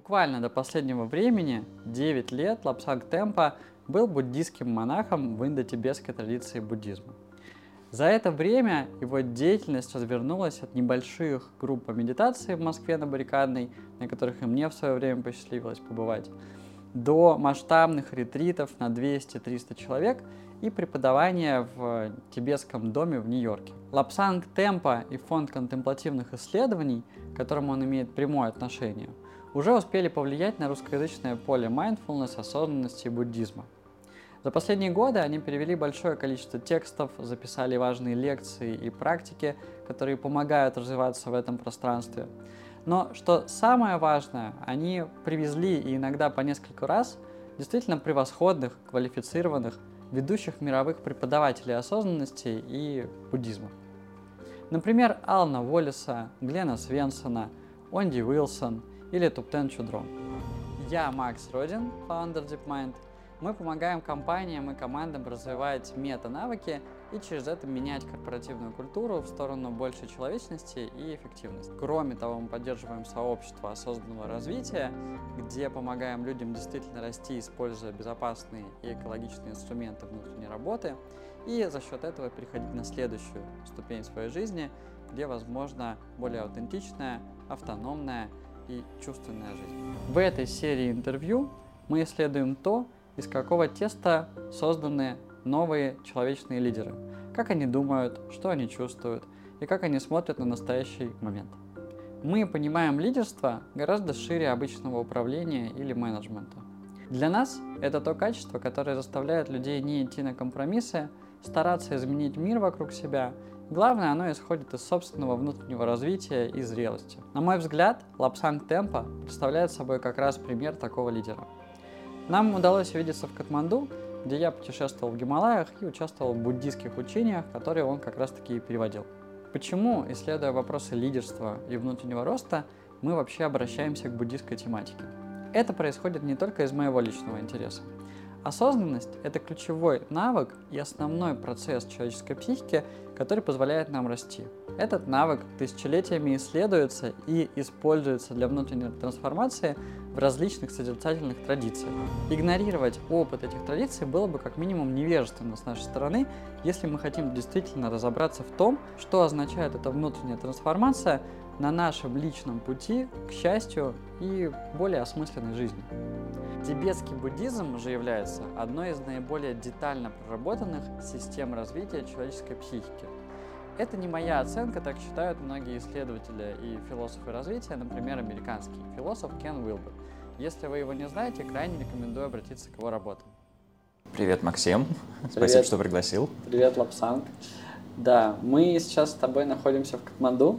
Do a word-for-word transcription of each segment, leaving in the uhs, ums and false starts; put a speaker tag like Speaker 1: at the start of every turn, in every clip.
Speaker 1: Буквально до последнего времени, девять лет, Лапсанг Темпа был буддийским монахом в индо-тибетской традиции буддизма. За это время его деятельность развернулась от небольших групп по медитации в Москве на Баррикадной, на которых и мне в свое время посчастливилось побывать, до масштабных ретритов на двести-триста человек и преподавания в тибетском доме в Нью-Йорке. Лапсанг Темпа и фонд контемплативных исследований, к которому он имеет прямое отношение, уже успели повлиять на русскоязычное поле mindfulness, осознанности и буддизма. За последние годы они перевели большое количество текстов, записали важные лекции и практики, которые помогают развиваться в этом пространстве. Но что самое важное, они привезли и иногда по несколько раз действительно превосходных, квалифицированных, ведущих мировых преподавателей осознанности и буддизма. Например, Алана Уоллеса, Глена Свенсона, Онди Уилсон или Туптен Чудрон. Я Макс Родин, founder DeepMind. Мы помогаем компаниям и командам развивать мета-навыки и через это менять корпоративную культуру в сторону большей человечности и эффективности. Кроме того, мы поддерживаем сообщество осознанного развития, где помогаем людям действительно расти, используя безопасные и экологичные инструменты внутренней работы, и за счет этого переходить на следующую ступень своей жизни, где возможна более аутентичная, автономная и чувственная жизнь. В этой серии интервью мы исследуем то, из какого теста созданы новые человечные лидеры, как они думают, что они чувствуют и как они смотрят на настоящий момент. Мы понимаем лидерство гораздо шире обычного управления или менеджмента. Для нас это то качество, которое заставляет людей не идти на компромиссы, стараться изменить мир вокруг себя. Главное, оно исходит из собственного внутреннего развития и зрелости. На мой взгляд, Лапсанг Темпа представляет собой как раз пример такого лидера. Нам удалось увидеться в Катманду, где я путешествовал в Гималаях и участвовал в буддийских учениях, которые он как раз-таки и переводил. Почему, исследуя вопросы лидерства и внутреннего роста, мы вообще обращаемся к буддийской тематике? Это происходит не только из моего личного интереса. Осознанность – это ключевой навык и основной процесс человеческой психики, который позволяет нам расти. Этот навык тысячелетиями исследуется и используется для внутренней трансформации в различных созерцательных традициях. Игнорировать опыт этих традиций было бы как минимум невежественно с нашей стороны, если мы хотим действительно разобраться в том, что означает эта внутренняя трансформация на нашем личном пути к счастью и более осмысленной жизни. Тибетский буддизм же является одной из наиболее детально проработанных систем развития человеческой психики. Это не моя оценка, так считают многие исследователи и философы развития, например, американский философ Кен Уилбер. Если вы его не знаете, крайне рекомендую обратиться к его работам.
Speaker 2: Привет, Максим.
Speaker 1: Привет.
Speaker 2: Спасибо, что пригласил.
Speaker 1: Привет, Лапсанг. Да, мы сейчас с тобой находимся в Катманду,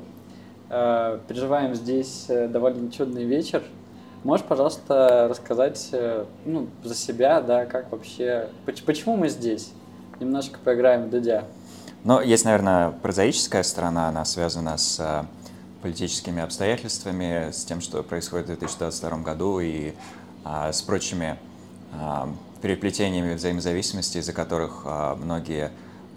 Speaker 1: э, переживаем здесь довольно чудный вечер. Можешь, пожалуйста, рассказать ну, за себя, да, как вообще, почему мы здесь? Немножко поиграем в дудя.
Speaker 2: Ну, есть, наверное, прозаическая сторона, она связана с политическими обстоятельствами, с тем, что происходит в две тысячи двадцать втором году и а, с прочими а, переплетениями взаимозависимости, из-за которых а, многие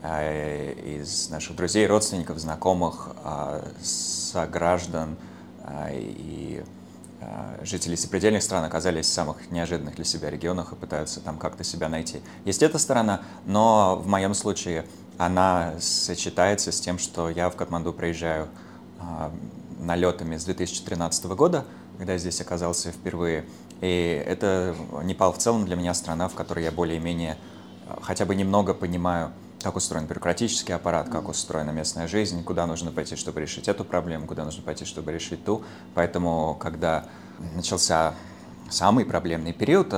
Speaker 2: а, из наших друзей, родственников, знакомых, а, сограждан а, и жители сопредельных стран оказались в самых неожиданных для себя регионах и пытаются там как-то себя найти. Есть эта сторона, но в моем случае она сочетается с тем, что я в Катманду приезжаю э, налетами с две тысячи тринадцатого года, когда я здесь оказался впервые. И это Непал в целом для меня страна, в которой я более-менее хотя бы немного понимаю, как устроен бюрократический аппарат, как устроена местная жизнь, куда нужно пойти, чтобы решить эту проблему, куда нужно пойти, чтобы решить ту. Поэтому, когда начался самый проблемный период,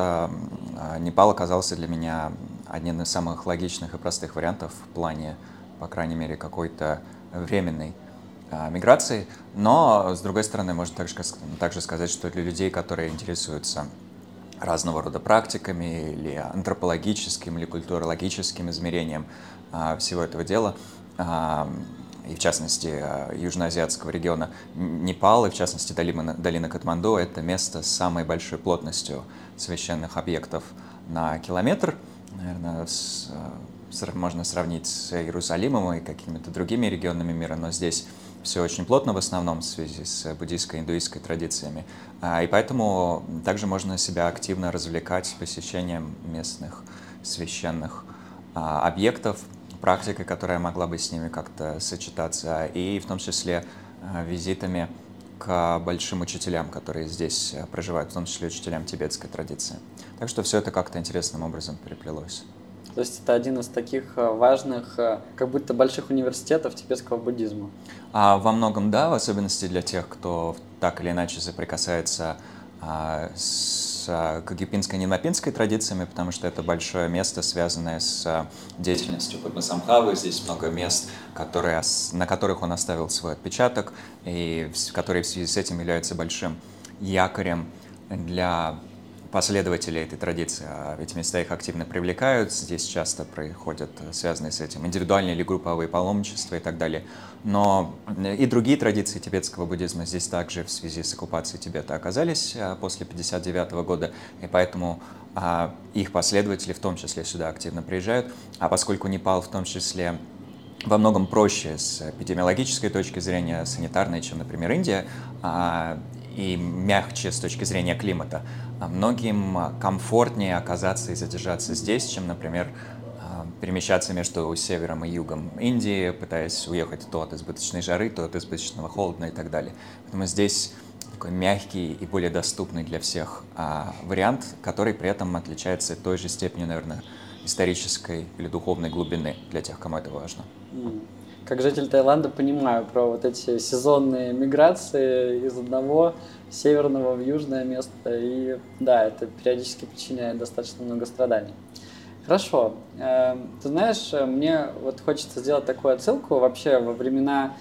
Speaker 2: Непал оказался для меня одним из самых логичных и простых вариантов в плане, по крайней мере, какой-то временной миграции. Но, с другой стороны, можно также, также сказать, что для людей, которые интересуются разного рода практиками или антропологическим, или культурологическим измерением а, всего этого дела, а, и в частности а, южноазиатского региона Непал, и в частности долина, долина Катманду, это место с самой большой плотностью священных объектов на километр. Наверное, с, с, можно сравнить с Иерусалимом и какими-то другими регионами мира, но здесь все очень плотно в основном в связи с буддийской и индуистской традициями. И поэтому также можно себя активно развлекать посещением местных священных объектов, практикой, которая могла бы с ними как-то сочетаться, и в том числе визитами к большим учителям, которые здесь проживают, в том числе учителям тибетской традиции. Так что все это как-то интересным образом переплелось.
Speaker 1: То есть это один из таких важных, как будто больших университетов тибетского буддизма?
Speaker 2: А во многом да, в особенности для тех, кто так или иначе соприкасается а, с кагьюпинской и нинмапинской традициями, потому что это большое место, связанное с деятельностью Падмасамбхавы. Здесь много мест, которые, на которых он оставил свой отпечаток, и которые в связи с этим являются большим якорем для последователей этой традиции. Эти места их активно привлекают, здесь часто происходят связанные с этим индивидуальные или групповые паломничества и так далее. Но и другие традиции тибетского буддизма здесь также в связи с оккупацией Тибета оказались после пятьдесят девятого года, и поэтому а, их последователи в том числе сюда активно приезжают. А поскольку Непал в том числе во многом проще с эпидемиологической точки зрения, санитарной, чем, например, Индия, а, и мягче с точки зрения климата, многим комфортнее оказаться и задержаться здесь, чем, например, перемещаться между севером и югом Индии, пытаясь уехать то от избыточной жары, то от избыточного холода и так далее. Поэтому здесь такой мягкий и более доступный для всех а, вариант, который при этом отличается той же степенью, наверное, исторической или духовной глубины для тех, кому это важно.
Speaker 1: Как житель Таиланда понимаю про вот эти сезонные миграции из одного северного в южное место, и да, это периодически причиняет достаточно много страданий. Хорошо. Ты знаешь, мне вот хочется сделать такую отсылку вообще во времена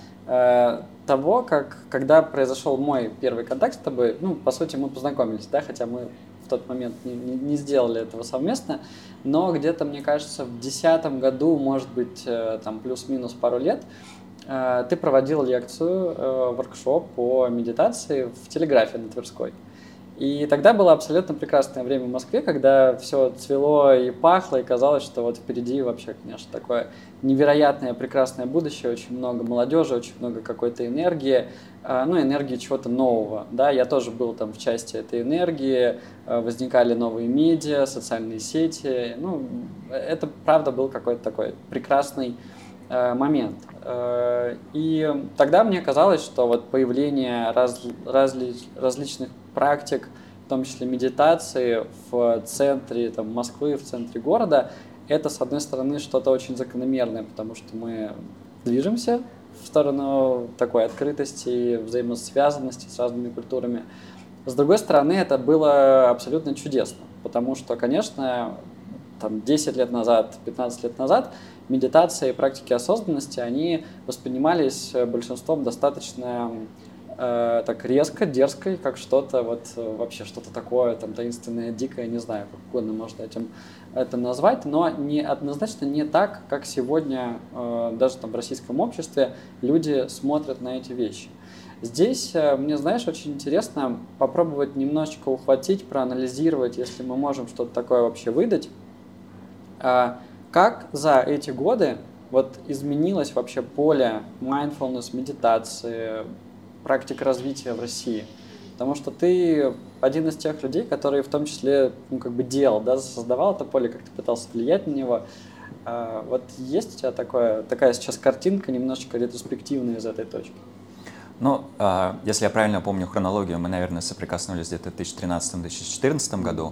Speaker 1: того, как, когда произошел мой первый контакт с тобой. Ну, по сути, мы познакомились, да, хотя мы в тот момент не, не, не сделали этого совместно, но где-то, мне кажется, в десятом году, может быть, там плюс-минус пару лет, ты проводил лекцию, воркшоп по медитации в телеграфе на Тверской. И тогда было абсолютно прекрасное время в Москве, когда все цвело и пахло, и казалось, что вот впереди вообще, конечно, такое невероятное, прекрасное будущее, очень много молодежи, очень много какой-то энергии, ну, энергии чего-то нового, да, я тоже был там в части этой энергии, возникали новые медиа, социальные сети, ну, это, правда, был какой-то такой прекрасный момент. И тогда мне казалось, что вот появление раз, разли, различных практик, в том числе медитации в центре там, Москвы, в центре города, это, с одной стороны, что-то очень закономерное, потому что мы движемся в сторону такой открытости, взаимосвязанности с разными культурами. С другой стороны, это было абсолютно чудесно, потому что, конечно, там, десять лет назад, пятнадцать лет назад медитация и практики осознанности, они воспринимались большинством достаточно э, так резко, дерзко, как что-то вот вообще что-то такое, там, таинственное, дикое, не знаю, как угодно можно этим это назвать, но не, однозначно не так, как сегодня э, даже там в российском обществе люди смотрят на эти вещи. Здесь, мне, знаешь, очень интересно попробовать немножечко ухватить, проанализировать, если мы можем что-то такое вообще выдать, как за эти годы вот изменилось вообще поле mindfulness, медитации, практик развития в России? Потому что ты один из тех людей, которые в том числе, ну, как бы делал, да, создавал это поле, как ты пытался влиять на него. Вот есть у тебя такое, такая сейчас картинка, немножечко ретроспективная из этой точки?
Speaker 2: Ну, если я правильно помню хронологию, мы, наверное, соприкоснулись где-то в две тысячи тринадцатом — две тысячи четырнадцатом году.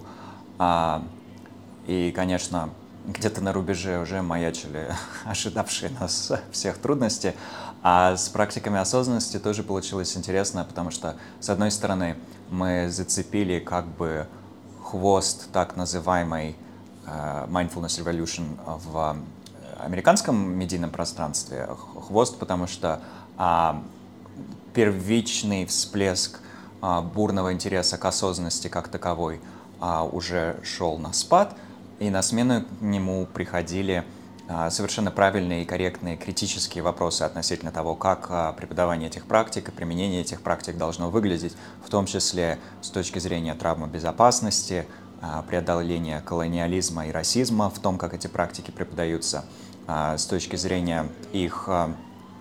Speaker 2: И, конечно, где-то на рубеже уже маячили ожидавшие нас всех трудности. А с практиками осознанности тоже получилось интересно, потому что, с одной стороны, мы зацепили как бы хвост так называемой uh, Mindfulness Revolution в американском медийном пространстве. Хвост, потому что uh, первичный всплеск uh, бурного интереса к осознанности как таковой uh, уже шел на спад, и на смену к нему приходили а, совершенно правильные и корректные критические вопросы относительно того, как а, преподавание этих практик и применение этих практик должно выглядеть, в том числе с точки зрения травмобезопасности, а, преодоления колониализма и расизма в том, как эти практики преподаются, а, с точки зрения их а,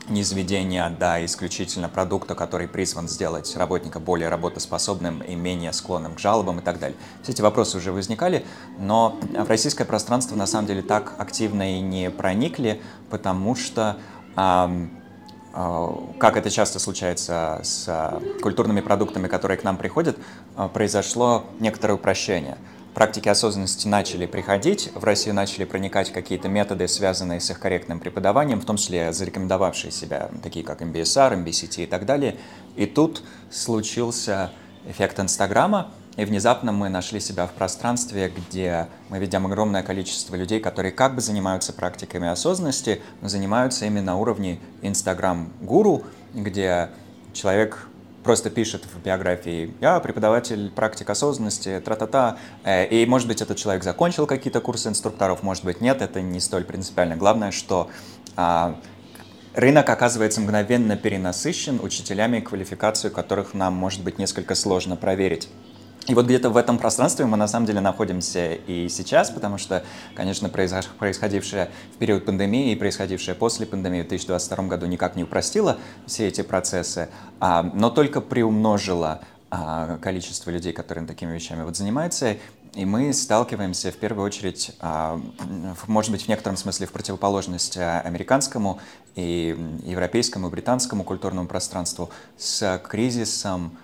Speaker 2: низведения до исключительно продукта, который призван сделать работника более работоспособным и менее склонным к жалобам и так далее. Все эти вопросы уже возникали, но в российское пространство на самом деле так активно и не проникли, потому что, э, э, как это часто случается с э, культурными продуктами, которые к нам приходят, э, произошло некоторое упрощение. Практики осознанности начали приходить, в Россию начали проникать какие-то методы, связанные с их корректным преподаванием, в том числе зарекомендовавшие себя, такие как эм би эс ар, эм би си ти и так далее. И тут случился эффект Инстаграма, и внезапно мы нашли себя в пространстве, где мы видим огромное количество людей, которые как бы занимаются практиками осознанности, но занимаются именно на уровне Инстаграм-гуру, где человек просто пишет в биографии: я преподаватель практик осознанности, тра-та-та. И, может быть, этот человек закончил какие-то курсы инструкторов, может быть, нет, это не столь принципиально. Главное, что а, рынок оказывается мгновенно перенасыщен учителями, квалификацию которых нам, может быть, несколько сложно проверить. И вот где-то в этом пространстве мы на самом деле находимся и сейчас, потому что, конечно, происходившее в период пандемии и происходившее после пандемии в две тысячи двадцать втором году никак не упростило все эти процессы, но только приумножило количество людей, которые такими вещами вот занимаются. И мы сталкиваемся в первую очередь, может быть, в некотором смысле в противоположность американскому и европейскому, и британскому культурному пространству, с кризисом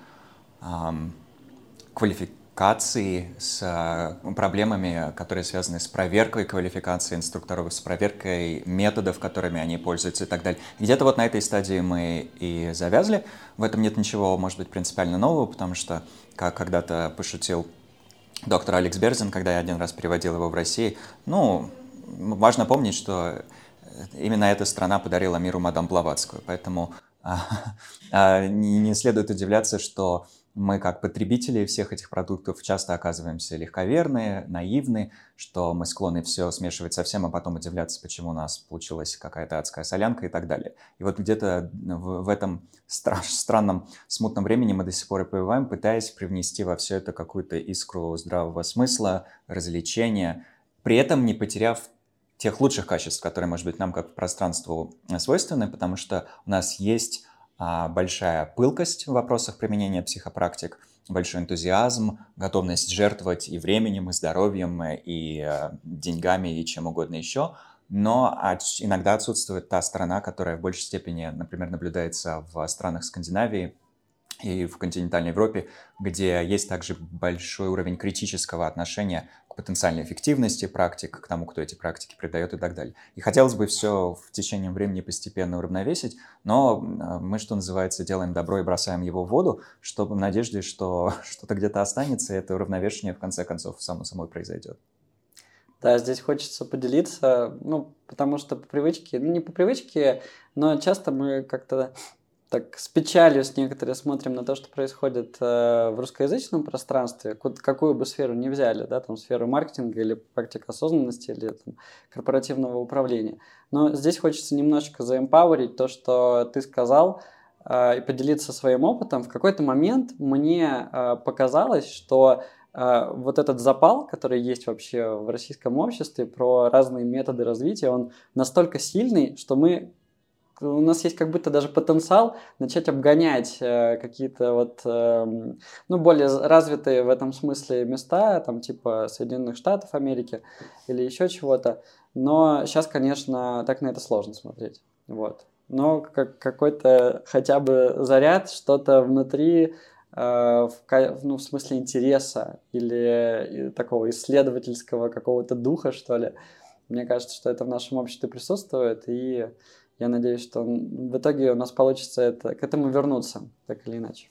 Speaker 2: квалификации, с проблемами, которые связаны с проверкой квалификации инструкторов, с проверкой методов, которыми они пользуются и так далее. Где-то вот на этой стадии мы и завязли. В этом нет ничего, может быть, принципиально нового, потому что, как когда-то пошутил доктор Алекс Берзин, когда я один раз переводил его в России, ну, важно помнить, что именно эта страна подарила миру мадам Блаватскую, поэтому а, а, не, не следует удивляться, что мы, как потребители всех этих продуктов, часто оказываемся легковерные, наивны, что мы склонны все смешивать со всем, а потом удивляться, почему у нас получилась какая-то адская солянка и так далее. И вот где-то в, в этом стра- странном, смутном времени мы до сих пор и пребываем, пытаясь привнести во все это какую-то искру здравого смысла, развлечения, при этом не потеряв тех лучших качеств, которые, может быть, нам как пространству свойственны, потому что у нас есть большая пылкость в вопросах применения психопрактик, большой энтузиазм, готовность жертвовать и временем, и здоровьем, и деньгами, и чем угодно еще. Но иногда отсутствует та сторона, которая в большей степени, например, наблюдается в странах Скандинавии и в континентальной Европе, где есть также большой уровень критического отношения к потенциальной эффективности практик, к тому, кто эти практики придает и так далее. И хотелось бы все в течение времени постепенно уравновесить, но мы, что называется, делаем добро и бросаем его в воду, чтобы в надежде, что что-то где-то останется, и это уравновешивание в конце концов само собой произойдет.
Speaker 1: Да, здесь хочется поделиться, ну, потому что по привычке, ну, не по привычке, но часто мы как-то так с печалью с некоторые смотрим на то, что происходит э, в русскоязычном пространстве, какую бы сферу ни взяли, да, там сферу маркетинга или практик осознанности, или там, корпоративного управления. Но здесь хочется немножечко заэмпаурить то, что ты сказал, э, и поделиться своим опытом. В какой-то момент мне э, показалось, что э, вот этот запал, который есть вообще в российском обществе про разные методы развития, он настолько сильный, что мы у нас есть как будто даже потенциал начать обгонять э, какие-то вот, э, ну, более развитые в этом смысле места, там, типа Соединенных Штатов Америки или еще чего-то. Но сейчас, конечно, так на это сложно смотреть. Вот. Но как, какой-то хотя бы заряд, что-то внутри, э, в, ну, в смысле интереса или такого исследовательского какого-то духа, что ли. Мне кажется, что это в нашем обществе присутствует, и я надеюсь, что в итоге у нас получится это, к этому вернуться, так или иначе.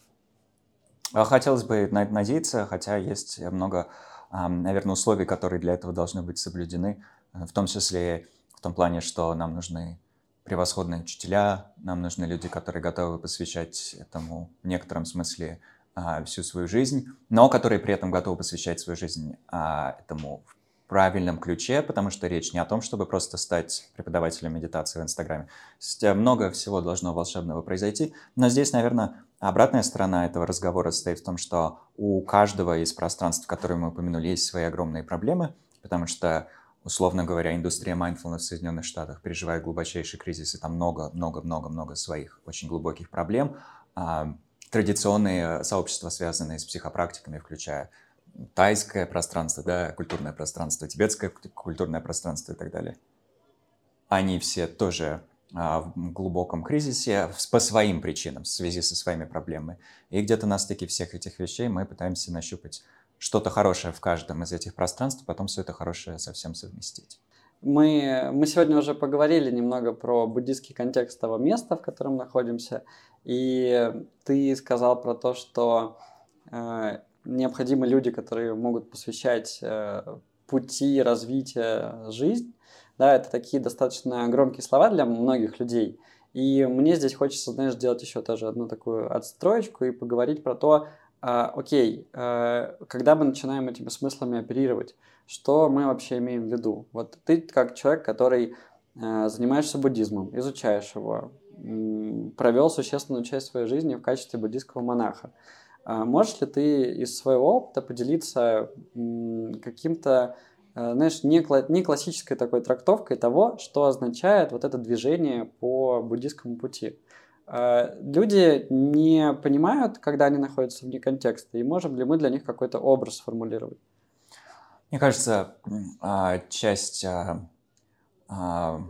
Speaker 2: Хотелось бы надеяться, хотя есть много, наверное, условий, которые для этого должны быть соблюдены, в том числе в том плане, что нам нужны превосходные учителя, нам нужны люди, которые готовы посвящать этому в некотором смысле всю свою жизнь, но которые при этом готовы посвящать свою жизнь этому в правильном ключе, потому что речь не о том, чтобы просто стать преподавателем медитации в Инстаграме. Много всего должно волшебного произойти, но здесь, наверное, обратная сторона этого разговора состоит в том, что у каждого из пространств, которые мы упомянули, есть свои огромные проблемы, потому что условно говоря, индустрия mindfulness в Соединенных Штатах переживает глубочайший кризис, и там много-много-много-много своих очень глубоких проблем. А, традиционные сообщества, связанные с психопрактиками, включая тайское пространство, да, культурное пространство, тибетское культурное пространство и так далее, они все тоже а, в глубоком кризисе по своим причинам, в связи со своими проблемами. И где-то на стыке всех этих вещей мы пытаемся нащупать что-то хорошее в каждом из этих пространств, потом все это хорошее совсем совместить.
Speaker 1: Мы, мы сегодня уже поговорили немного про буддийский контекст того места, в котором находимся, и ты сказал про то, что э, необходимы люди, которые могут посвящать э, пути развития жизни. Да, это такие достаточно громкие слова для многих людей. И мне здесь хочется, знаешь, сделать еще тоже одну такую отстроечку и поговорить про то, э, окей, э, когда мы начинаем этими смыслами оперировать, что мы вообще имеем в виду? Вот ты как человек, который э, занимаешься буддизмом, изучаешь его, м, провел существенную часть своей жизни в качестве буддийского монаха. Э, можешь ли ты из своего опыта поделиться м, каким-то, э, знаешь, не, кла- не классической такой трактовкой того, что означает вот это движение по буддийскому пути? Э, люди не понимают, когда они находятся вне контекста, и можем ли мы для них какой-то образ сформулировать?
Speaker 2: Мне кажется, а, часть а, а,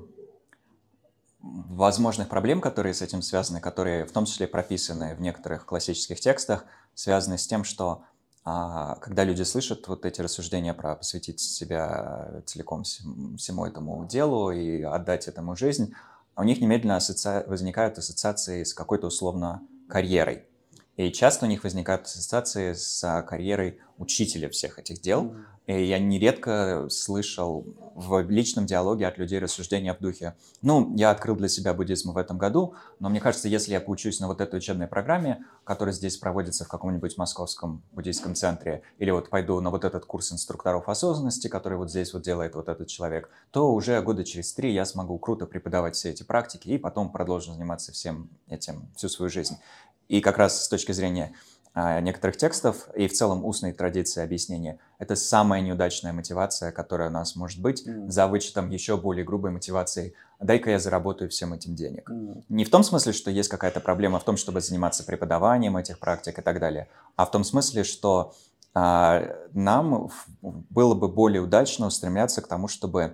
Speaker 2: возможных проблем, которые с этим связаны, которые в том числе прописаны в некоторых классических текстах, связаны с тем, что а, когда люди слышат вот эти рассуждения про посвятить себя целиком всем- всему этому делу и отдать этому жизнь, у них немедленно асоци- возникают ассоциации с какой-то условно карьерой. И часто у них возникают ассоциации с а, карьерой учителя всех этих дел.
Speaker 1: Мгм.
Speaker 2: И я нередко слышал в личном диалоге от людей рассуждения в духе: ну, я открыл для себя буддизм в этом году, но мне кажется, если я поучусь на вот этой учебной программе, которая здесь проводится в каком-нибудь московском буддийском центре, или вот пойду на вот этот курс инструкторов осознанности, который вот здесь вот делает вот этот человек, то уже года через три я смогу круто преподавать все эти практики и потом продолжу заниматься всем этим всю свою жизнь. И как раз с точки зрения а, некоторых текстов и в целом устной традиции объяснения, это самая неудачная мотивация, которая у нас может быть,
Speaker 1: Мгм.
Speaker 2: за вычетом еще более грубой мотивации: дай-ка я заработаю всем этим денег.
Speaker 1: Мгм.
Speaker 2: Не в том смысле, что есть какая-то проблема в том, чтобы заниматься преподаванием этих практик и так далее, а в том смысле, что а, нам в- было бы более удачно устремляться к тому, чтобы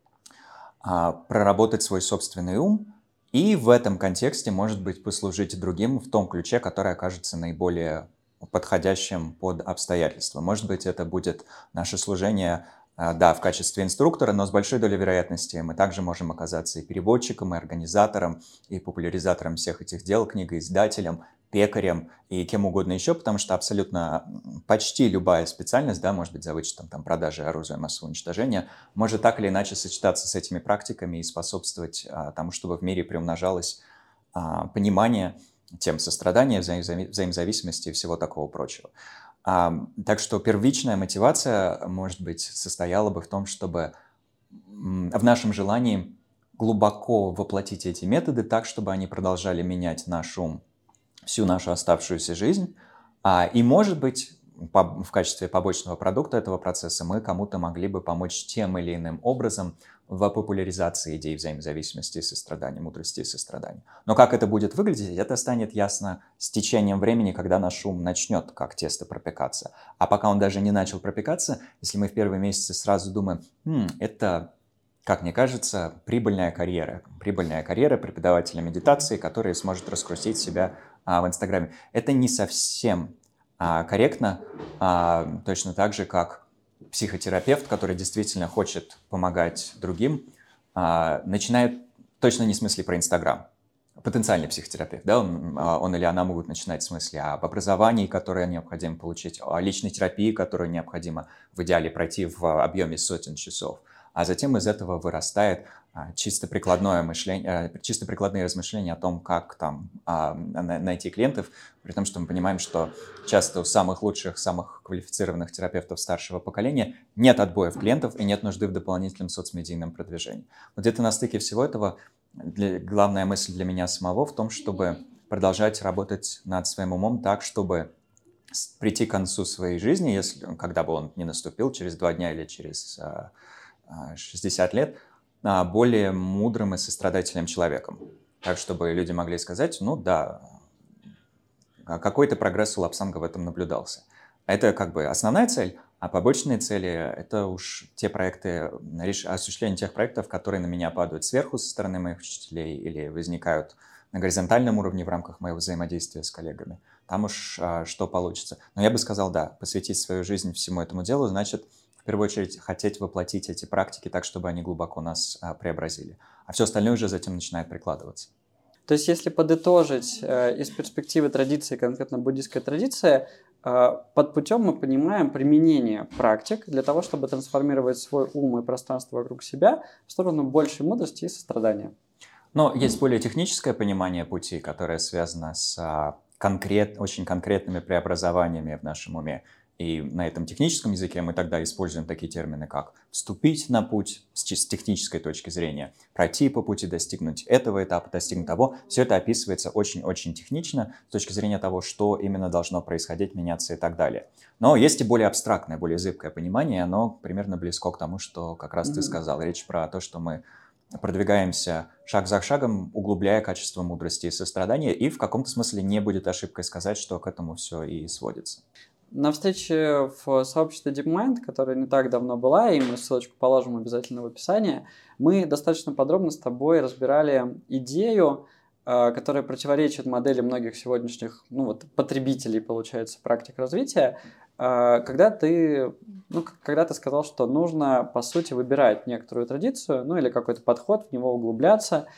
Speaker 2: а, проработать свой собственный ум и в этом контексте, может быть, послужить другим в том ключе, который окажется наиболее подходящим под обстоятельства. Может быть, это будет наше служение, а, да, в качестве инструктора, но с большой долей вероятности мы также можем оказаться и переводчиком, и организатором, и популяризатором всех этих дел, книгоиздателем, пекарем и кем угодно еще, потому что абсолютно м, почти любая специальность, да, может быть, за вычетом там, продажи оружия массового уничтожения, может так или иначе сочетаться с этими практиками и способствовать а, тому, чтобы в мире приумножалось а, понимание тем сострадания, взаимозави- взаимозависимости и всего такого прочего. А, так что первичная мотивация, может быть, состояла бы в том, чтобы м, в нашем желании глубоко воплотить эти методы так, чтобы они продолжали менять наш ум всю нашу оставшуюся жизнь. А, и, может быть, по- в качестве побочного продукта этого процесса мы кому-то могли бы помочь тем или иным образом в популяризации идей взаимозависимости и сострадания, мудрости и сострадания. Но как это будет выглядеть, это станет ясно с течением времени, когда наш ум начнет как тесто пропекаться. А пока он даже не начал пропекаться, если мы в первые месяцы сразу думаем: «Хм, это, как мне кажется, прибыльная карьера. Прибыльная карьера преподавателя медитации, который сможет раскрутить себя а, в Инстаграме». Это не совсем а, корректно, а, точно так же, как психотерапевт, который действительно хочет помогать другим, а, начинает, точно не в смысле про Инстаграм, потенциальный психотерапевт, да, он, а, он или она могут начинать в смысле об образовании, которое необходимо получить, о личной терапии, которую необходимо в идеале пройти в объеме сотен часов. А затем из этого вырастает а, чисто прикладное мышление, а, чисто прикладные размышления о том, как там а, на- найти клиентов, при том, что мы понимаем, что часто у самых лучших, самых квалифицированных терапевтов старшего поколения нет отбоев клиентов и нет нужды в дополнительном соцмедийном продвижении. Вот где-то на стыке всего этого для- главная мысль для меня самого в том, чтобы продолжать работать над своим умом так, чтобы с- прийти к концу своей жизни, если, когда бы он не наступил, через два дня или через а, шестьдесят лет более мудрым и сострадательным человеком. Так, чтобы люди могли сказать, ну да, какой-то прогресс у Лапсанга в этом наблюдался. Это как бы основная цель, а побочные цели – это уж те проекты, осуществление тех проектов, которые на меня падают сверху со стороны моих учителей или возникают на горизонтальном уровне в рамках моего взаимодействия с коллегами. Там уж а, что получится. Но я бы сказал, да, посвятить свою жизнь всему этому делу, значит, в первую очередь, хотеть воплотить эти практики так, чтобы они глубоко нас а, преобразили. А все остальное уже затем начинает прикладываться.
Speaker 1: То есть, если подытожить э, из перспективы традиции, конкретно буддийской традиции, э, под путем мы понимаем применение практик для того, чтобы трансформировать свой ум и пространство вокруг себя в сторону большей мудрости и сострадания.
Speaker 2: Но есть более техническое понимание пути, которое связано с а, конкрет, очень конкретными преобразованиями в нашем уме. И на этом техническом языке мы тогда используем такие термины, как «вступить на путь» с чисто технической точки зрения, «пройти по пути», «достигнуть этого этапа», «достигнуть того». Все это описывается очень-очень технично с точки зрения того, что именно должно происходить, меняться и так далее. Но есть и более абстрактное, более зыбкое понимание, оно примерно близко к тому, что как раз mm-hmm. ты сказал. Речь про то, что мы продвигаемся шаг за шагом, углубляя качество мудрости и сострадания, и в каком-то смысле не будет ошибкой сказать, что к этому все и сводится.
Speaker 1: На встрече в сообществе DeepMind, которая не так давно была, и мы ссылочку положим обязательно в описании, мы достаточно подробно с тобой разбирали идею, которая противоречит модели многих сегодняшних ну, вот, потребителей, получается, практик развития, когда ты, ну, когда ты сказал, что нужно, по сути, выбирать некоторую традицию, ну или какой-то подход, в него углубляться,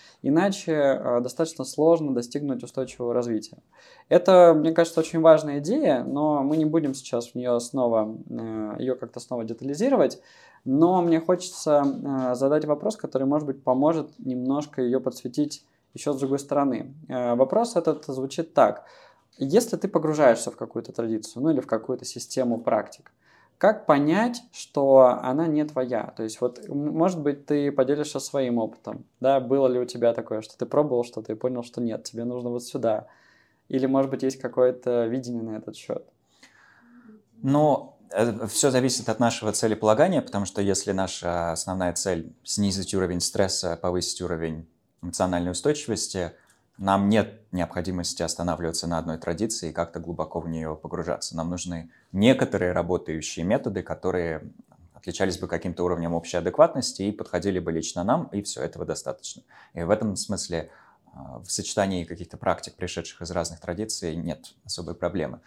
Speaker 1: иначе достаточно сложно достигнуть устойчивого развития. Это, мне кажется, очень важная идея, но мы не будем сейчас в нее снова, ее как-то снова детализировать, но мне хочется задать вопрос, который, может быть, поможет немножко ее подсветить еще с другой стороны. Вопрос этот звучит так. Если ты погружаешься в какую-то традицию, ну или в какую-то систему практик, как понять, что она не твоя? То есть, вот, может быть, ты поделишься своим опытом, да, было ли у тебя такое, что ты пробовал что-то и понял, что нет, тебе нужно вот сюда. Или, может быть, есть какое-то видение на этот счет?
Speaker 2: Ну, все зависит от нашего целеполагания, потому что если наша основная цель снизить уровень стресса, повысить уровень эмоциональной устойчивости, нам нет необходимости останавливаться на одной традиции и как-то глубоко в нее погружаться. Нам нужны некоторые работающие методы, которые отличались бы каким-то уровнем общей адекватности и подходили бы лично нам, и все, этого достаточно. И в этом смысле в сочетании каких-то практик, пришедших из разных традиций, нет особой проблемы.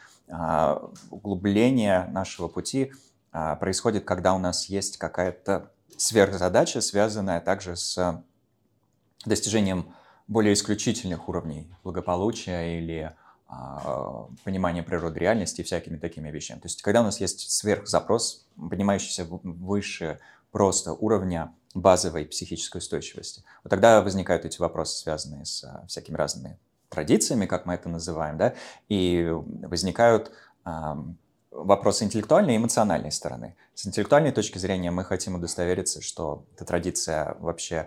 Speaker 2: Углубление нашего пути происходит, когда у нас есть какая-то сверхзадача, связанная также с достижением более исключительных уровней благополучия или а, понимания природы реальности и всякими такими вещами. То есть, когда у нас есть сверхзапрос, поднимающийся выше просто уровня базовой психической устойчивости, вот тогда возникают эти вопросы, связанные с а, всякими разными традициями, как мы это называем, да, и возникают а, вопросы интеллектуальной и эмоциональной стороны. С интеллектуальной точки зрения мы хотим удостовериться, что эта традиция вообще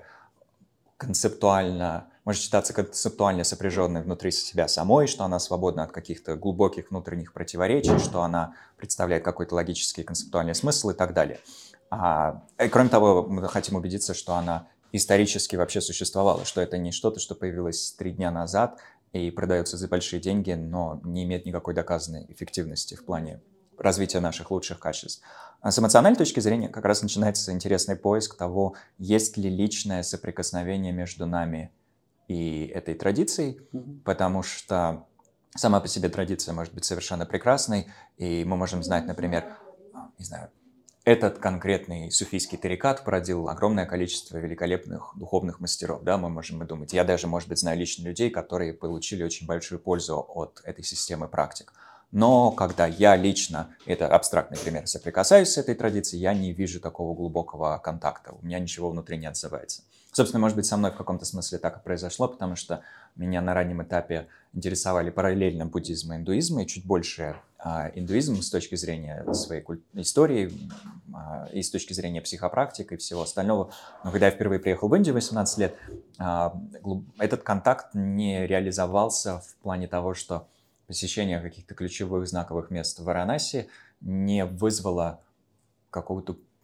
Speaker 2: концептуально, может считаться концептуально сопряженной внутри себя самой, что она свободна от каких-то глубоких внутренних противоречий, что она представляет какой-то логический и концептуальный смысл и так далее. А, и кроме того, мы хотим убедиться, что она исторически вообще существовала, что это не что-то, что появилось три дня назад и продается за большие деньги, но не имеет никакой доказанной эффективности в плане развития наших лучших качеств. А с эмоциональной точки зрения как раз начинается интересный поиск того, есть ли личное соприкосновение между нами и этой традицией, mm-hmm. потому что сама по себе традиция может быть совершенно прекрасной, и мы можем знать, например, не знаю, этот конкретный суфийский тарикат породил огромное количество великолепных духовных мастеров, да, мы можем и думать. Я даже, может быть, знаю лично людей, которые получили очень большую пользу от этой системы практик. Но когда я лично, это абстрактный пример, соприкасаюсь с этой традицией, я не вижу такого глубокого контакта, у меня ничего внутри не отзывается. Собственно, может быть, со мной в каком-то смысле так и произошло, потому что меня на раннем этапе интересовали параллельно буддизм и индуизм, и чуть больше а, индуизм с точки зрения своей куль... истории а, и с точки зрения психопрактик и всего остального. Но когда я впервые приехал в Индию в восемнадцать лет, а, глуб... этот контакт не реализовался в плане того, что посещение каких-то ключевых знаковых мест в Варанаси не вызвало какого-то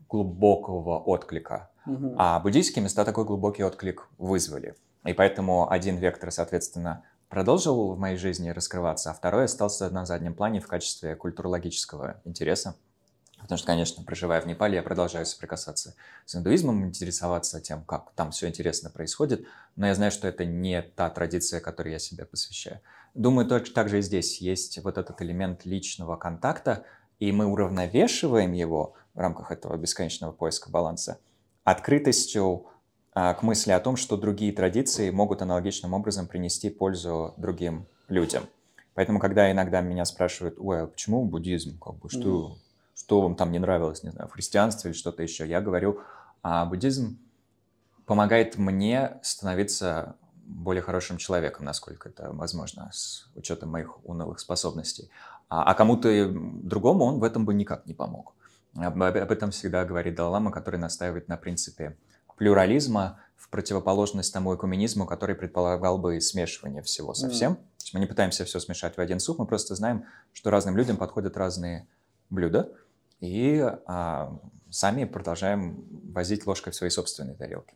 Speaker 2: глубокого отклика,
Speaker 1: Мгм.
Speaker 2: а буддийские места такой глубокий отклик вызвали. И поэтому один вектор, соответственно, продолжил в моей жизни раскрываться, а второй остался на заднем плане в качестве культурологического интереса. Потому что, конечно, проживая в Непале, я продолжаю соприкасаться с индуизмом, интересоваться тем, как там все интересно происходит, но я знаю, что это не та традиция, которой я себя посвящаю. Думаю, точно так же и здесь есть вот этот элемент личного контакта, и мы уравновешиваем его в рамках этого бесконечного поиска баланса открытостью а, к мысли о том, что другие традиции могут аналогичным образом принести пользу другим людям. Поэтому, когда иногда меня спрашивают, ой, а почему буддизм, как бы, что...
Speaker 1: Мгм.
Speaker 2: что вам там не нравилось, не знаю, в христианстве или что-то еще. Я говорю, а буддизм помогает мне становиться более хорошим человеком, насколько это возможно, с учетом моих унылых способностей. А, а кому-то другому он в этом бы никак не помог. Об, об этом всегда говорит Далай-лама, который настаивает на принципе плюрализма в противоположность тому экуменизму, который предполагал бы смешивание всего со всем.
Speaker 1: Мгм.
Speaker 2: То есть мы не пытаемся все смешать в один суп, мы просто знаем, что разным людям подходят разные блюда, и а, сами продолжаем возить ложкой в свои собственные тарелки.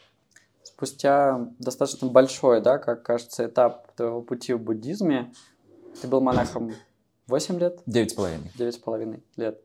Speaker 1: Спустя достаточно большой, да, как кажется, этап твоего пути в буддизме, ты был монахом восемь лет,
Speaker 2: Девять с половиной.
Speaker 1: девять с половиной лет.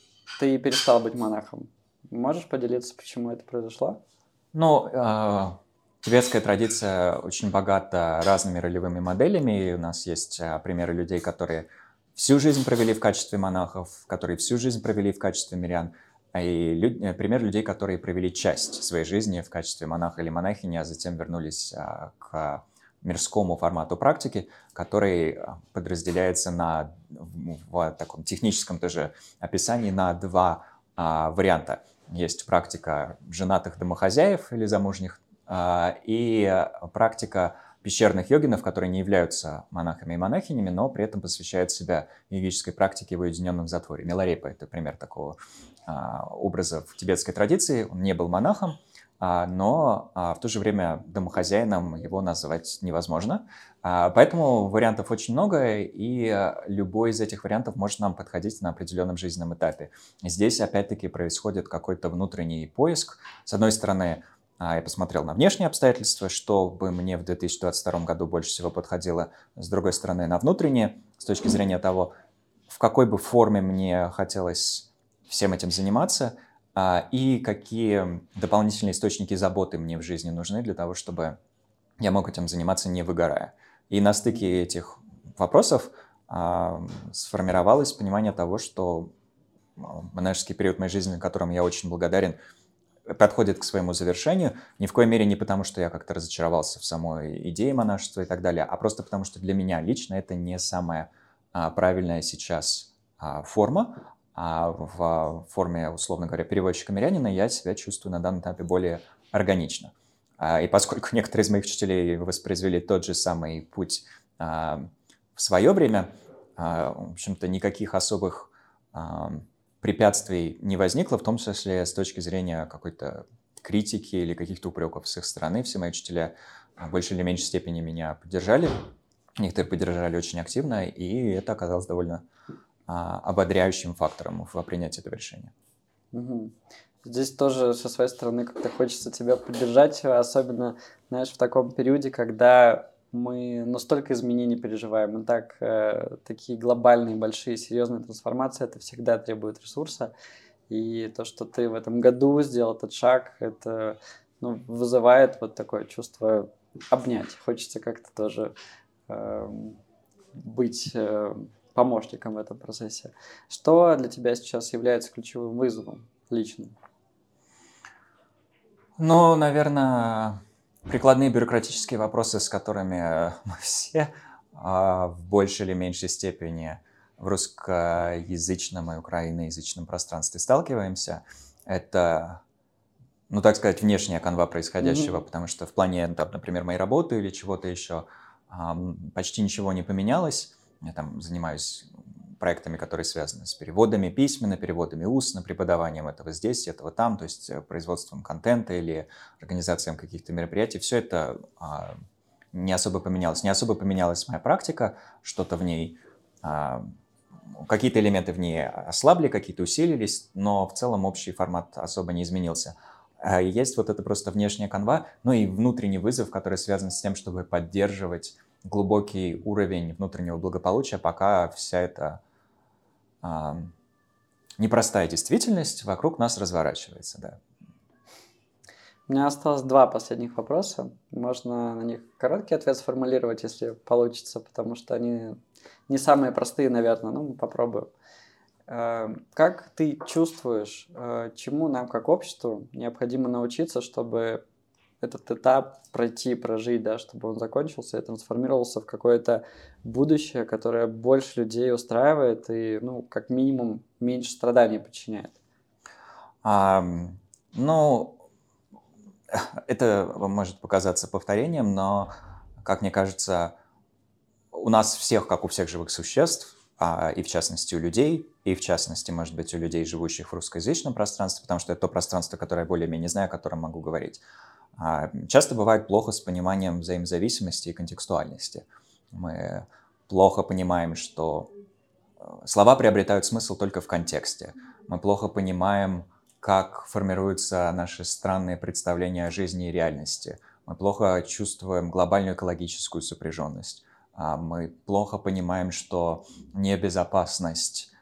Speaker 1: Ты перестал быть монахом. Можешь поделиться, почему это произошло?
Speaker 2: Ну, э, тибетская традиция очень богата разными ролевыми моделями. И у нас есть э, примеры людей, которые всю жизнь провели в качестве монахов, которые всю жизнь провели в качестве мирян. И лю- э, пример людей, которые провели часть своей жизни в качестве монаха или монахини, а затем вернулись э, к мирскому формату практики, который э, подразделяется на, в, в таком техническом тоже описании на два а, варианта. Есть практика женатых домохозяев или замужних, а, и практика пещерных йогинов, которые не являются монахами и монахинями, но при этом посвящают себя йогической практике в уединенном затворе. Миларепа — это пример такого а, образа в тибетской традиции. Он не был монахом, а, но а, в то же время домохозяином его назвать невозможно. А, поэтому вариантов очень много, и а, любой из этих вариантов может нам подходить на определенном жизненном этапе. Здесь, опять-таки, происходит какой-то внутренний поиск. С одной стороны, а, я посмотрел на внешние обстоятельства, что бы мне в две тысячи двадцать втором году больше всего подходило. С другой стороны, на внутренние, с точки зрения того, в какой бы форме мне хотелось всем этим заниматься, а, и какие дополнительные источники заботы мне в жизни нужны для того, чтобы я мог этим заниматься, не выгорая. И на стыке этих вопросов а, сформировалось понимание того, что а, монашеский период моей жизни, которому я очень благодарен, подходит к своему завершению. Ни в коей мере не потому, что я как-то разочаровался в самой идее монашества и так далее, а просто потому, что для меня лично это не самая а, правильная сейчас а, форма. А в форме, условно говоря, переводчика-мирянина я себя чувствую на данном этапе более органично. А, и поскольку некоторые из моих учителей воспроизвели тот же самый путь а, в свое время, а, в общем-то, никаких особых а, препятствий не возникло, в том числе с точки зрения какой-то критики или каких-то упреков с их стороны. Все мои учителя в большей или меньшей степени меня поддержали. Некоторые поддержали очень активно, и это оказалось довольно а, ободряющим фактором в принятии этого решения.
Speaker 1: Мгм. Здесь тоже со своей стороны как-то хочется тебя поддержать, особенно, знаешь, в таком периоде, когда мы ну, столько изменений переживаем, и так э, такие глобальные, большие, серьезные трансформации, это всегда требует ресурса. И то, что ты в этом году сделал этот шаг, это ну, вызывает вот такое чувство обнять. Хочется как-то тоже э, быть э, помощником в этом процессе. Что для тебя сейчас является ключевым вызовом личным?
Speaker 2: Ну, наверное, прикладные бюрократические вопросы, с которыми мы все а, в большей или меньшей степени в русскоязычном и украиноязычном пространстве сталкиваемся. Это, ну, так сказать, внешняя канва происходящего,
Speaker 1: Мгм.
Speaker 2: потому что в плане, там, например, моей работы или чего-то еще ам, почти ничего не поменялось. Я там занимаюсь проектами, которые связаны с переводами письменно, переводами устно, преподаванием этого здесь, этого там, то есть э, производством контента или организацией каких-то мероприятий. Все это а, не особо поменялось. Не особо поменялась моя практика, что-то в ней а, какие-то элементы в ней ослабли, какие-то усилились, но в целом общий формат особо не изменился. Есть вот это просто внешняя канва, ну и внутренний вызов, который связан с тем, чтобы поддерживать глубокий уровень внутреннего благополучия, пока вся эта а, непростая действительность вокруг нас разворачивается, да.
Speaker 1: У меня осталось два последних вопроса. Можно на них короткий ответ сформулировать, если получится, потому что они не самые простые, наверное. Ну, попробую. Как ты чувствуешь, чему нам как обществу необходимо научиться, чтобы этот этап пройти, прожить, да, чтобы он закончился и трансформировался в какое-то будущее, которое больше людей устраивает и, ну, как минимум, меньше страданий причиняет?
Speaker 2: А, ну, это может показаться повторением, но, как мне кажется, у нас всех, как у всех живых существ, а, и в частности у людей, и в частности, может быть, у людей, живущих в русскоязычном пространстве, потому что это то пространство, которое я более-менее знаю, о котором могу говорить, а, часто бывает плохо с пониманием взаимозависимости и контекстуальности. Мы плохо понимаем, что слова приобретают смысл только в контексте. Мы плохо понимаем, как формируются наши странные представления о жизни и реальности. Мы плохо чувствуем глобальную экологическую сопряженность. Мы плохо понимаем, что небезопасность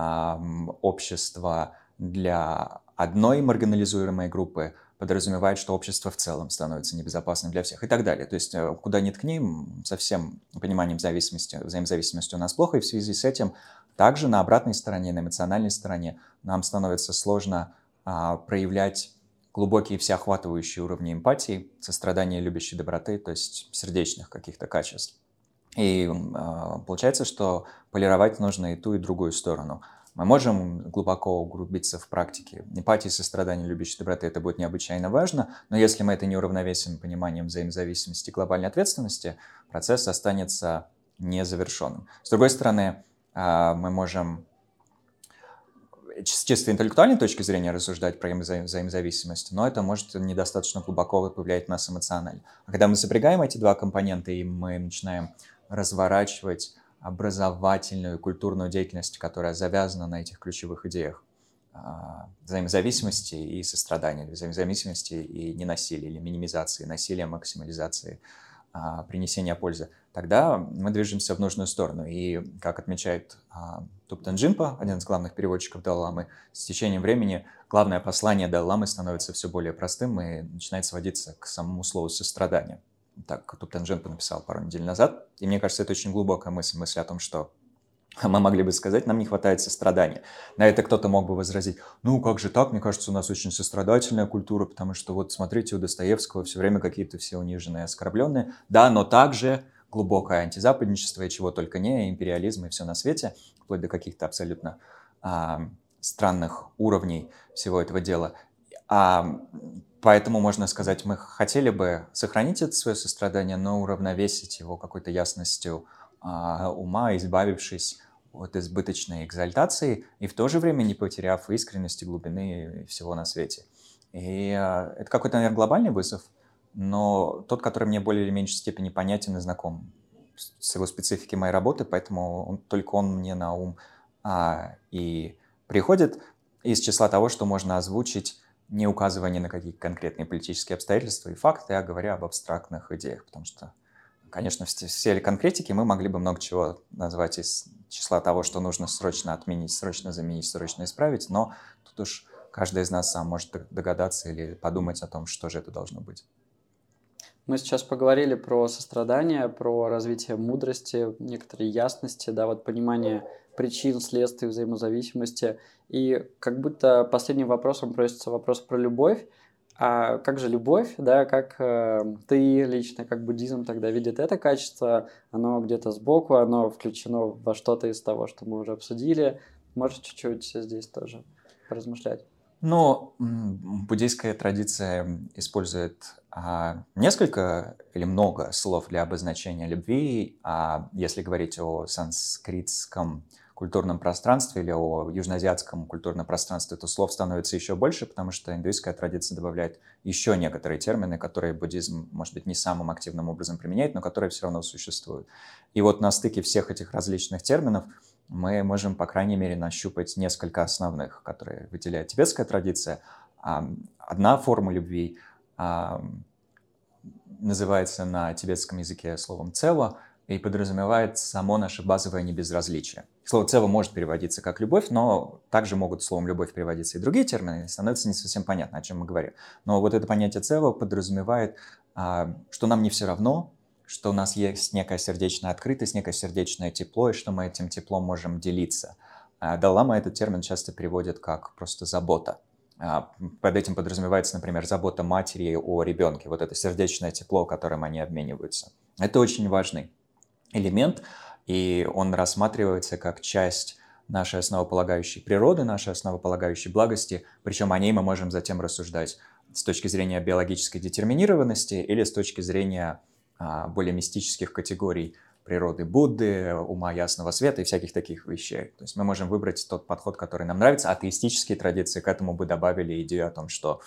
Speaker 2: общества для одной маргинализуемой группы подразумевает, что общество в целом становится небезопасным для всех и так далее. То есть куда ни ткни, со всем пониманием зависимости, взаимозависимости у нас плохо, и в связи с этим также на обратной стороне, на эмоциональной стороне нам становится сложно а, проявлять глубокие всеохватывающие уровни эмпатии, сострадания, любящей доброты, то есть сердечных каких-то качеств. И э, получается, что полировать нужно и ту, и другую сторону. Мы можем глубоко углубиться в практике эмпатии, сострадания, любящей доброты. Это будет необычайно важно, но если мы это не уравновесим пониманием взаимозависимости и глобальной ответственности, процесс останется незавершенным. С другой стороны, э, мы можем с чисто интеллектуальной точки зрения рассуждать про вза взаимозависимость, но это может недостаточно глубоко повлиять на нас эмоционально. А когда мы сопрягаем эти два компонента, и мы начинаем разворачивать образовательную, культурную деятельность, которая завязана на этих ключевых идеях взаимозависимости и сострадания, взаимозависимости и ненасилия, или минимизации насилия, максимализации принесения пользы, тогда мы движемся в нужную сторону. И, как отмечает Туптан Джинпа, один из главных переводчиков Далай-ламы, с течением времени главное послание Далай-ламы становится все более простым и начинает сводиться к самому слову «сострадание». Так Туптан Джинпа написал пару недель назад. И мне кажется, это очень глубокая мысль, мысль о том, что мы могли бы сказать, нам не хватает сострадания. На это кто-то мог бы возразить, ну как же так, мне кажется, у нас очень сострадательная культура, потому что вот смотрите, у Достоевского все время какие-то все униженные, оскорбленные. Да, но также глубокое антизападничество и чего только не, империализм и все на свете, вплоть до каких-то абсолютно а, странных уровней всего этого дела. А, поэтому можно сказать, мы хотели бы сохранить это свое сострадание, но уравновесить его какой-то ясностью а, ума, избавившись от избыточной экзальтации и в то же время не потеряв искренности, глубины и всего на свете. И а, это какой-то, наверное, глобальный вызов, но тот, который мне более или меньшей степени понятен и знаком с его спецификой моей работы, поэтому он, только он мне на ум а, и приходит из числа того, что можно озвучить, не указывая ни на какие конкретные политические обстоятельства и факты, а говоря об абстрактных идеях, потому что, конечно, в сфере конкретики мы могли бы много чего назвать из числа того, что нужно срочно отменить, срочно заменить, срочно исправить, но тут уж каждый из нас сам может догадаться или подумать о том, что же это должно быть.
Speaker 1: Мы сейчас поговорили про сострадание, про развитие мудрости, некоторой ясности, да, вот понимание причин, следствий, взаимозависимости. И как будто последним вопросом просится вопрос про любовь. А как же любовь, да, как э, ты лично, как буддизм тогда видит это качество? Оно где-то сбоку, оно включено во что-то из того, что мы уже обсудили. Можешь чуть-чуть здесь тоже поразмышлять?
Speaker 2: Ну, буддийская традиция использует а, несколько или много слов для обозначения любви. А если говорить о санскритском культурном пространстве или о южноазиатском культурном пространстве, то слов становится еще больше, потому что индуистская традиция добавляет еще некоторые термины, которые буддизм, может быть, не самым активным образом применяет, но которые все равно существуют. И вот на стыке всех этих различных терминов мы можем, по крайней мере, нащупать несколько основных, которые выделяет тибетская традиция. Одна форма любви называется на тибетском языке словом «цева» и подразумевает само наше базовое небезразличие. Слово «цева» может переводиться как «любовь», но также могут словом «любовь» переводиться и другие термины, и становится не совсем понятно, о чем мы говорим. Но вот это понятие «цева» подразумевает, что нам не все равно, что у нас есть некая сердечная открытость, некое сердечное тепло, и что мы этим теплом можем делиться. Далай-лама этот термин часто переводит как просто «забота». Под этим подразумевается, например, забота матери о ребенке, вот это сердечное тепло, которым они обмениваются. Это очень важный элемент, и он рассматривается как часть нашей основополагающей природы, нашей основополагающей благости, причем о ней мы можем затем рассуждать с точки зрения биологической детерминированности или с точки зрения а, более мистических категорий природы Будды, ума ясного света и всяких таких вещей. То есть мы можем выбрать тот подход, который нам нравится. Атеистические традиции к этому бы добавили идею о том, что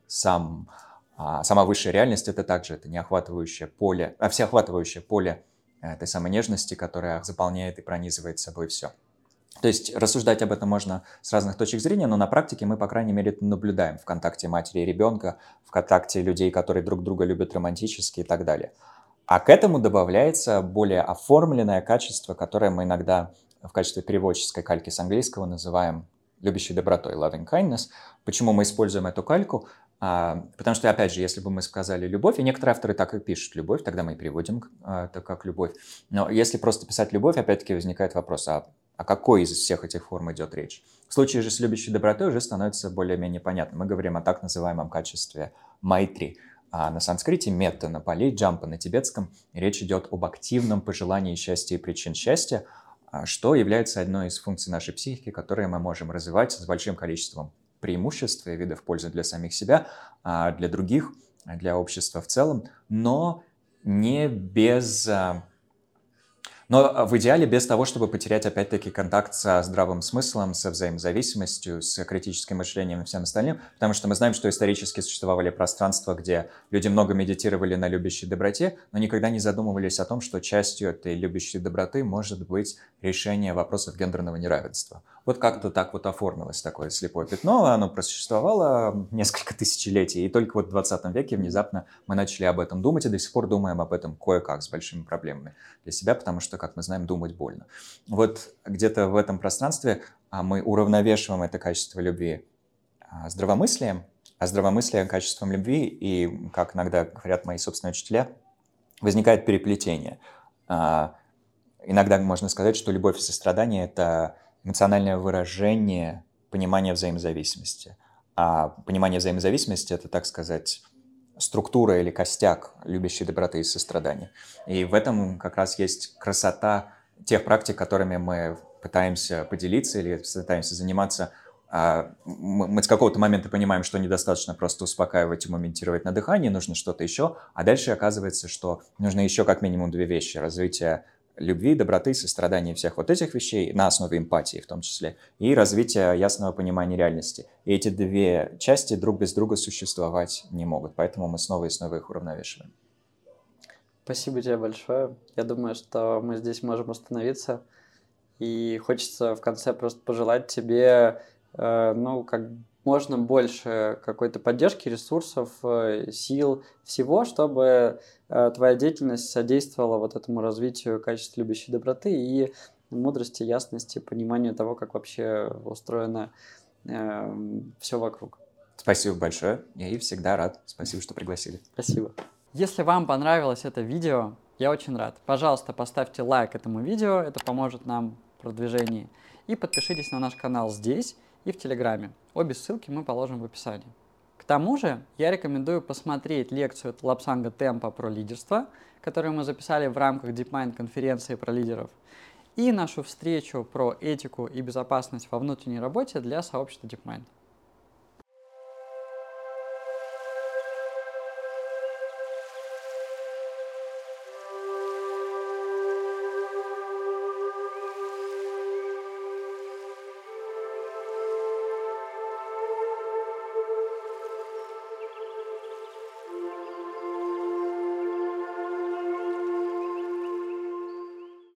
Speaker 2: сам, а, сама высшая реальность — это также это неохватывающее поле, а всеохватывающее поле этой самой нежности, которая заполняет и пронизывает собой все. То есть рассуждать об этом можно с разных точек зрения, но на практике мы, по крайней мере, это наблюдаем в контакте матери и ребенка, в контакте людей, которые друг друга любят романтически и так далее. А к этому добавляется более оформленное качество, которое мы иногда в качестве переводческой кальки с английского называем любящей добротой, loving kindness. Почему мы используем эту кальку? А, потому что, опять же, если бы мы сказали «любовь», и некоторые авторы так и пишут «любовь», тогда мы и переводим а, это как «любовь». Но если просто писать «любовь», опять-таки возникает вопрос, а о какой из всех этих форм идет речь? В случае же с любящей добротой уже становится более-менее понятно. Мы говорим о так называемом качестве майтри. А на санскрите метта, на пали джампа, на тибетском речь идет об активном пожелании счастья и причин счастья, что является одной из функций нашей психики, которые мы можем развивать с большим количеством преимуществ и видов пользы для самих себя, для других, для общества в целом, но не без... Но в идеале без того, чтобы потерять, опять-таки, контакт со здравым смыслом, со взаимозависимостью, с критическим мышлением и всем остальным, потому что мы знаем, что исторически существовали пространства, где люди много медитировали на любящей доброте, но никогда не задумывались о том, что частью этой любящей доброты может быть решение вопросов гендерного неравенства. Вот как-то так вот оформилось такое слепое пятно, оно просуществовало несколько тысячелетий, и только вот в двадцатом веке внезапно мы начали об этом думать, и до сих пор думаем об этом кое-как с большими проблемами для себя, потому что, как мы знаем, думать больно. Вот где-то в этом пространстве мы уравновешиваем это качество любви здравомыслием, а здравомыслие качеством любви, и, как иногда говорят мои собственные учителя, возникает переплетение. Иногда можно сказать, что любовь и сострадание — это эмоциональное выражение понимания взаимозависимости. А понимание взаимозависимости — это, так сказать, структура или костяк любящей доброты и сострадания. И в этом как раз есть красота тех практик, которыми мы пытаемся поделиться или пытаемся заниматься. Мы с какого-то момента понимаем, что недостаточно просто успокаивать и моментировать на дыхании, нужно что-то еще, а дальше оказывается, что нужно еще как минимум две вещи: развитие любви, доброты, сострадания, всех вот этих вещей, на основе эмпатии в том числе, и развитие ясного понимания реальности. И эти две части друг без друга существовать не могут, поэтому мы снова и снова их уравновешиваем.
Speaker 1: Спасибо тебе большое. Я думаю, что мы здесь можем остановиться, и хочется в конце просто пожелать тебе, э, ну, как можно больше какой-то поддержки, ресурсов, сил, всего, чтобы твоя деятельность содействовала вот этому развитию качества любящей доброты и мудрости, ясности, пониманию того, как вообще устроено э, все вокруг.
Speaker 2: Спасибо большое. Я и всегда рад. Спасибо, что пригласили.
Speaker 1: Спасибо. Если вам понравилось это видео, я очень рад. Пожалуйста, поставьте лайк этому видео, это поможет нам в продвижении. И подпишитесь на наш канал здесь и в Телеграме. Обе ссылки мы положим в описании. К тому же я рекомендую посмотреть лекцию от Лапсанга Темпа про лидерство, которую мы записали в рамках DeepMind конференции про лидеров, и нашу встречу про этику и безопасность во внутренней работе для сообщества DeepMind.